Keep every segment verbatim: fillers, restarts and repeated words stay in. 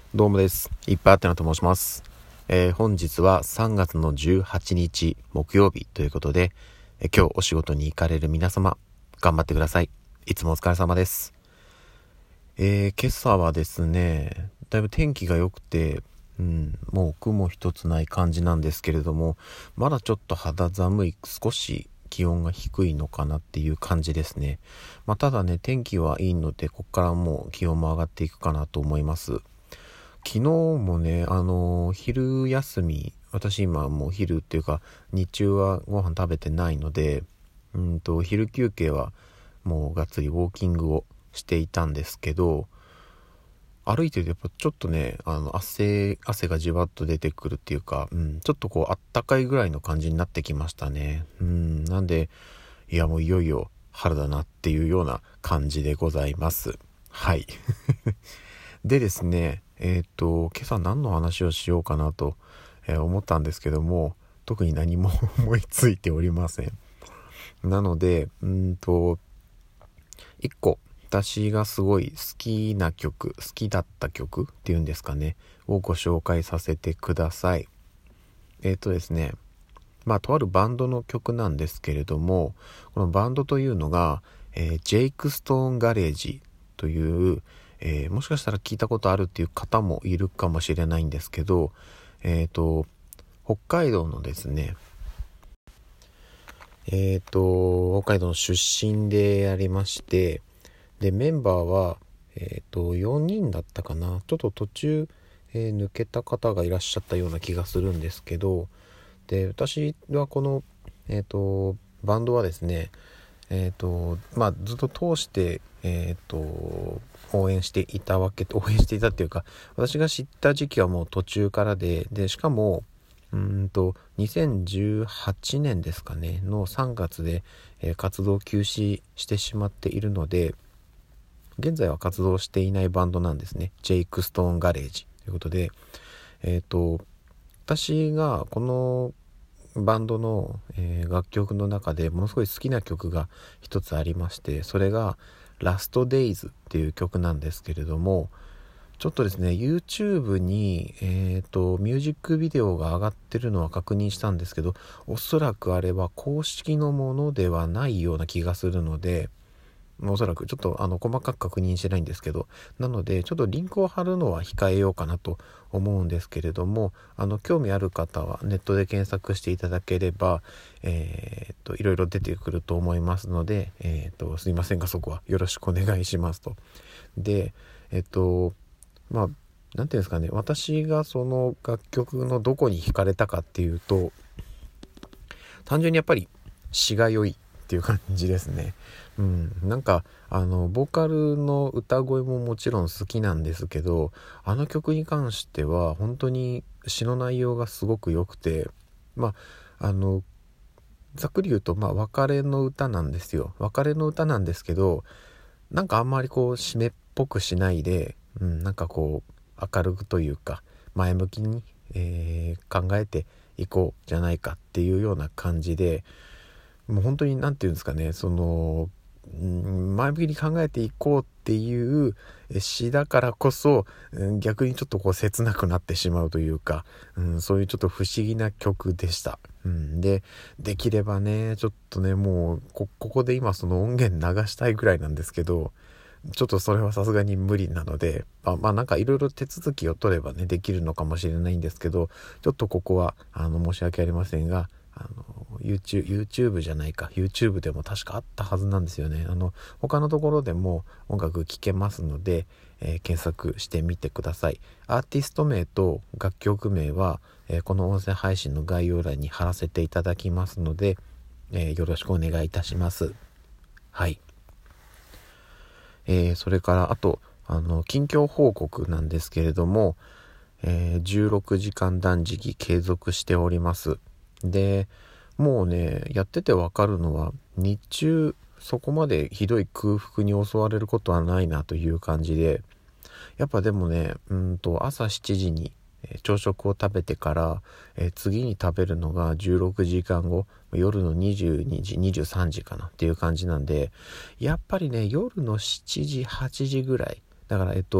どうもです。いっぱいあってなと申します。えー、本日はさんがつのじゅうはちにち木曜日ということで、えー、今日お仕事に行かれる皆様、頑張ってください。いつもお疲れ様です。えー、今朝はですね、だいぶ天気が良くて、うん、もう雲一つない感じなんですけれども、まだちょっと肌寒い、少し気温が低いのかなっていう感じですね。まあ、ただね、天気はいいので、ここからもう気温も上がっていくかなと思います。昨日もね、あのー昼休み、私今もう昼っていうか日中はご飯食べてないので、うんと昼休憩はもうがっつりウォーキングをしていたんですけど、歩いてるとやっぱちょっとね、あの汗汗がじわっと出てくるっていうか、うん、ちょっとこうあったかいぐらいの感じになってきましたね。うん、なんでいやもういよいよ春だなっていうような感じでございます。はいでですね、えっと、今朝何の話をしようかなと、えー思ったんですけども、特に何も思いついておりません。なので、うんと、一個、私がすごい好きな曲、好きだった曲っていうんですかね、をご紹介させてください。えっとですね、まあ、とあるバンドの曲なんですけれども、このバンドというのが、えージェイクストーンガレージという、えーもしかしたら聞いたことあるっていう方もいるかもしれないんですけど、えっと、北海道のですね、えっと、北海道の出身でありまして、で、メンバーは、えっと、よにんだったかな。ちょっと途中、えー抜けた方がいらっしゃったような気がするんですけど、で、私はこの、えっと、バンドはですね、えっと、まあ、ずっと通して、えっと、応援していたわけ、応援していたっていうか、私が知った時期はもう途中からで、で、しかも、うーんと、にせんじゅうはちねんですかね、のさんがつで、えー活動休止してしまっているので、現在は活動していないバンドなんですね。ジェイクストーンガレージということで、えっと、私がこのバンドの、えー楽曲の中でものすごい好きな曲が一つありまして、それがラストデイズっていう曲なんですけれども、ちょっとですね YouTube にえっとミュージックビデオが上がってるのは確認したんですけど、おそらくあれは公式のものではないような気がするので、おそらくちょっとあの細かく確認してないんですけど、なのでちょっとリンクを貼るのは控えようかなと思うんですけれども、あの興味ある方はネットで検索していただければ、えー、っといろいろ出てくると思いますので、えー、っとすいませんがそこはよろしくお願いしますと。で、えっとまあなんていうんですかね、私がその楽曲のどこに惹かれたかっていうと、単純にやっぱり詩が良いっていう感じですね。うん、なんかあのボーカルの歌声ももちろん好きなんですけど、あの曲に関しては本当に詩の内容がすごく良くて、まああのざっくり言うと、まあ別れの歌なんですよ。別れの歌なんですけど、なんかあんまりこう締めっぽくしないで、うん、なんかこう明るくというか前向きに、えー考えていこうじゃないかっていうような感じで、もう本当に何て言うんですかね、その、うん、前向きに考えていこうっていう詩だからこそ、うん、逆にちょっとこう切なくなってしまうというか、うん、そういうちょっと不思議な曲でした。うん、で、できればね、ちょっとね、もうこ、ここで今その音源流したいぐらいなんですけど、ちょっとそれはさすがに無理なので、あまあなんかいろいろ手続きを取ればね、できるのかもしれないんですけど、ちょっとここはあの申し訳ありませんが、あの YouTube, YouTube じゃないか YouTube でも確かあったはずなんですよね。あの他のところでも音楽聴けますので、えー検索してみてください。アーティスト名と楽曲名は、えーこの音声配信の概要欄に貼らせていただきますので、えーよろしくお願いいたします。はい。えーそれからあとあの近況報告なんですけれども、えーじゅうろくじかん断食継続しております。で、もうね、やっててわかるのは、日中そこまでひどい空腹に襲われることはないなという感じで、やっぱでもね、うんと朝しちじにえー朝食を食べてから、えー次に食べるのがじゅうろくじかんご、夜のにじゅうにじ、にじゅうさんじかなっていう感じなんで、やっぱりね、夜のしちじ、はちじぐらい、だからえっと、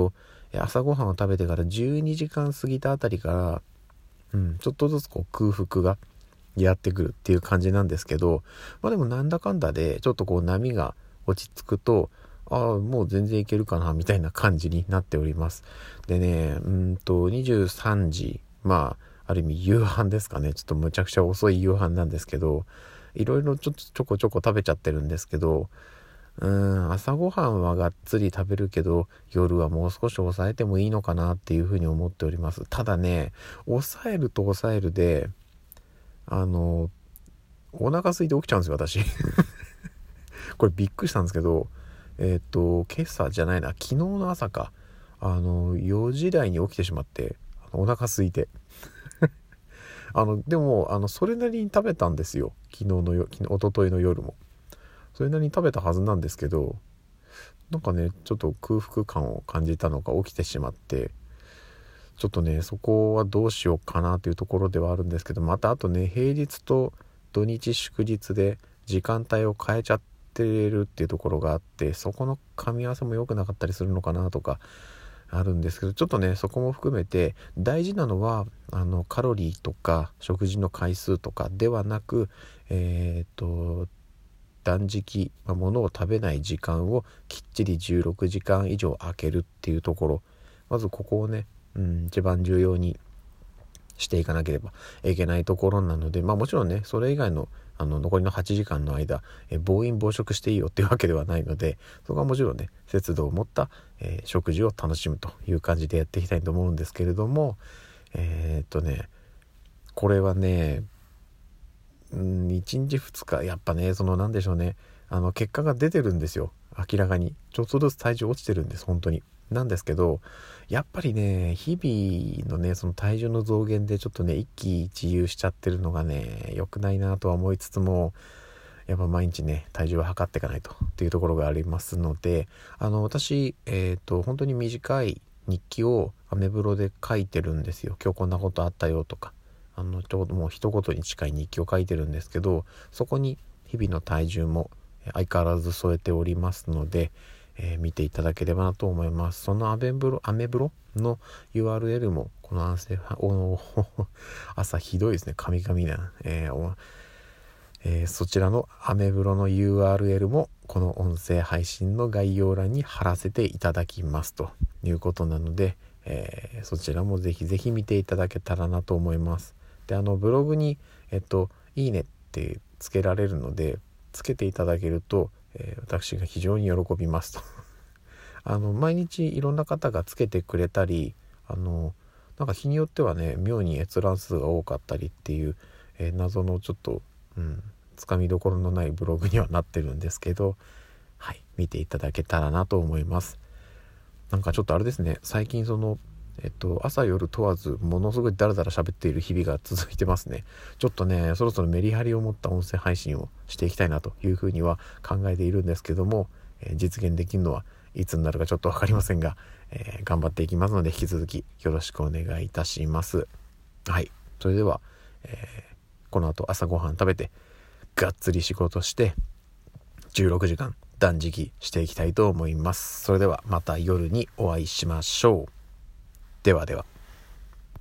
朝ごはんを食べてからじゅうにじかん過ぎたあたりから、うん、ちょっとずつこう空腹がやってくるっていう感じなんですけど、まあでもなんだかんだでちょっとこう波が落ち着くと、ああもう全然いけるかなみたいな感じになっております。でね、うんとにじゅうさんじ、まあある意味夕飯ですかね。ちょっとむちゃくちゃ遅い夕飯なんですけど、いろいろちょっとちょこちょこ食べちゃってるんですけど、うーん朝ごはんはがっつり食べるけど、夜はもう少し抑えてもいいのかなっていうふうに思っております。ただね、抑えると抑えるで、あのお腹空いて起きちゃうんですよ私これびっくりしたんですけど、えっと今朝じゃないな昨日の朝か、あのよじ台に起きてしまって、お腹空いてあのでもあのそれなりに食べたんですよ。昨日のよ昨日一昨日の夜もそれなりに食べたはずなんですけど、なんかねちょっと空腹感を感じたのが起きてしまって、ちょっとねそこはどうしようかなというところではあるんですけど、またあとね平日と土日祝日で時間帯を変えちゃってるっていうところがあって、そこの噛み合わせも良くなかったりするのかなとかあるんですけど、ちょっとねそこも含めて大事なのはあのカロリーとか食事の回数とかではなく、えっと断食、まあ、物を食べない時間をきっちりじゅうろくじかん以上空けるっていうところ、まずここをね、うん、一番重要にしていかなければいけないところなので、まあもちろんねそれ以外のあの残りのはちじかんの間、え暴飲暴食していいよっていうわけではないので、そこはもちろんね節度を持った、えー、食事を楽しむという感じでやっていきたいと思うんですけれども、えー、っとねこれはね、うん、いちにちふつかやっぱねそのなんでしょうね、あの結果が出てるんですよ。明らかにちょっとずつ体重落ちてるんです本当に。なんですけどやっぱりね日々のねその体重の増減でちょっとね一喜一憂しちゃってるのがね良くないなとは思いつつも、やっぱ毎日ね体重を測っていかないとっていうところがありますので、あの私えっと本当に短い日記をアメブロで書いてるんですよ。今日こんなことあったよとか、あのちょうどもう一言に近い日記を書いてるんですけど、そこに日々の体重も相変わらず添えておりますので、えー、見ていただければなと思います。そのアメブロアメブロの ユーアールエル もこの音声お朝ひどいですね、神々な、えーえー、そちらのアメブロの ユーアールエル もこの音声配信の概要欄に貼らせていただきますということなので、えー、そちらもぜひぜひ見ていただけたらなと思います。であのブログにえっといいねってつけられるので、つけていただけると、えー、私が非常に喜びますとあの毎日いろんな方がつけてくれたり、あのなんか日によってはね妙に閲覧数が多かったりっていう、えー、謎のちょっと、うん、つかみどころのないブログにはなってるんですけど、はい見ていただけたらなと思います。なんかちょっとあれですね、最近そのえっと朝夜問わずものすごいダラダラ喋っている日々が続いてますね。ちょっとねそろそろメリハリを持った音声配信をしていきたいなというふうには考えているんですけども、えー、実現できるのはいつになるかちょっと分かりませんが、えー、頑張っていきますので引き続きよろしくお願いいたします。はい、それでは、えー、この後朝ごはん食べてがっつり仕事してじゅうろくじかん断食していきたいと思います。それではまた夜にお会いしましょう。ではでは。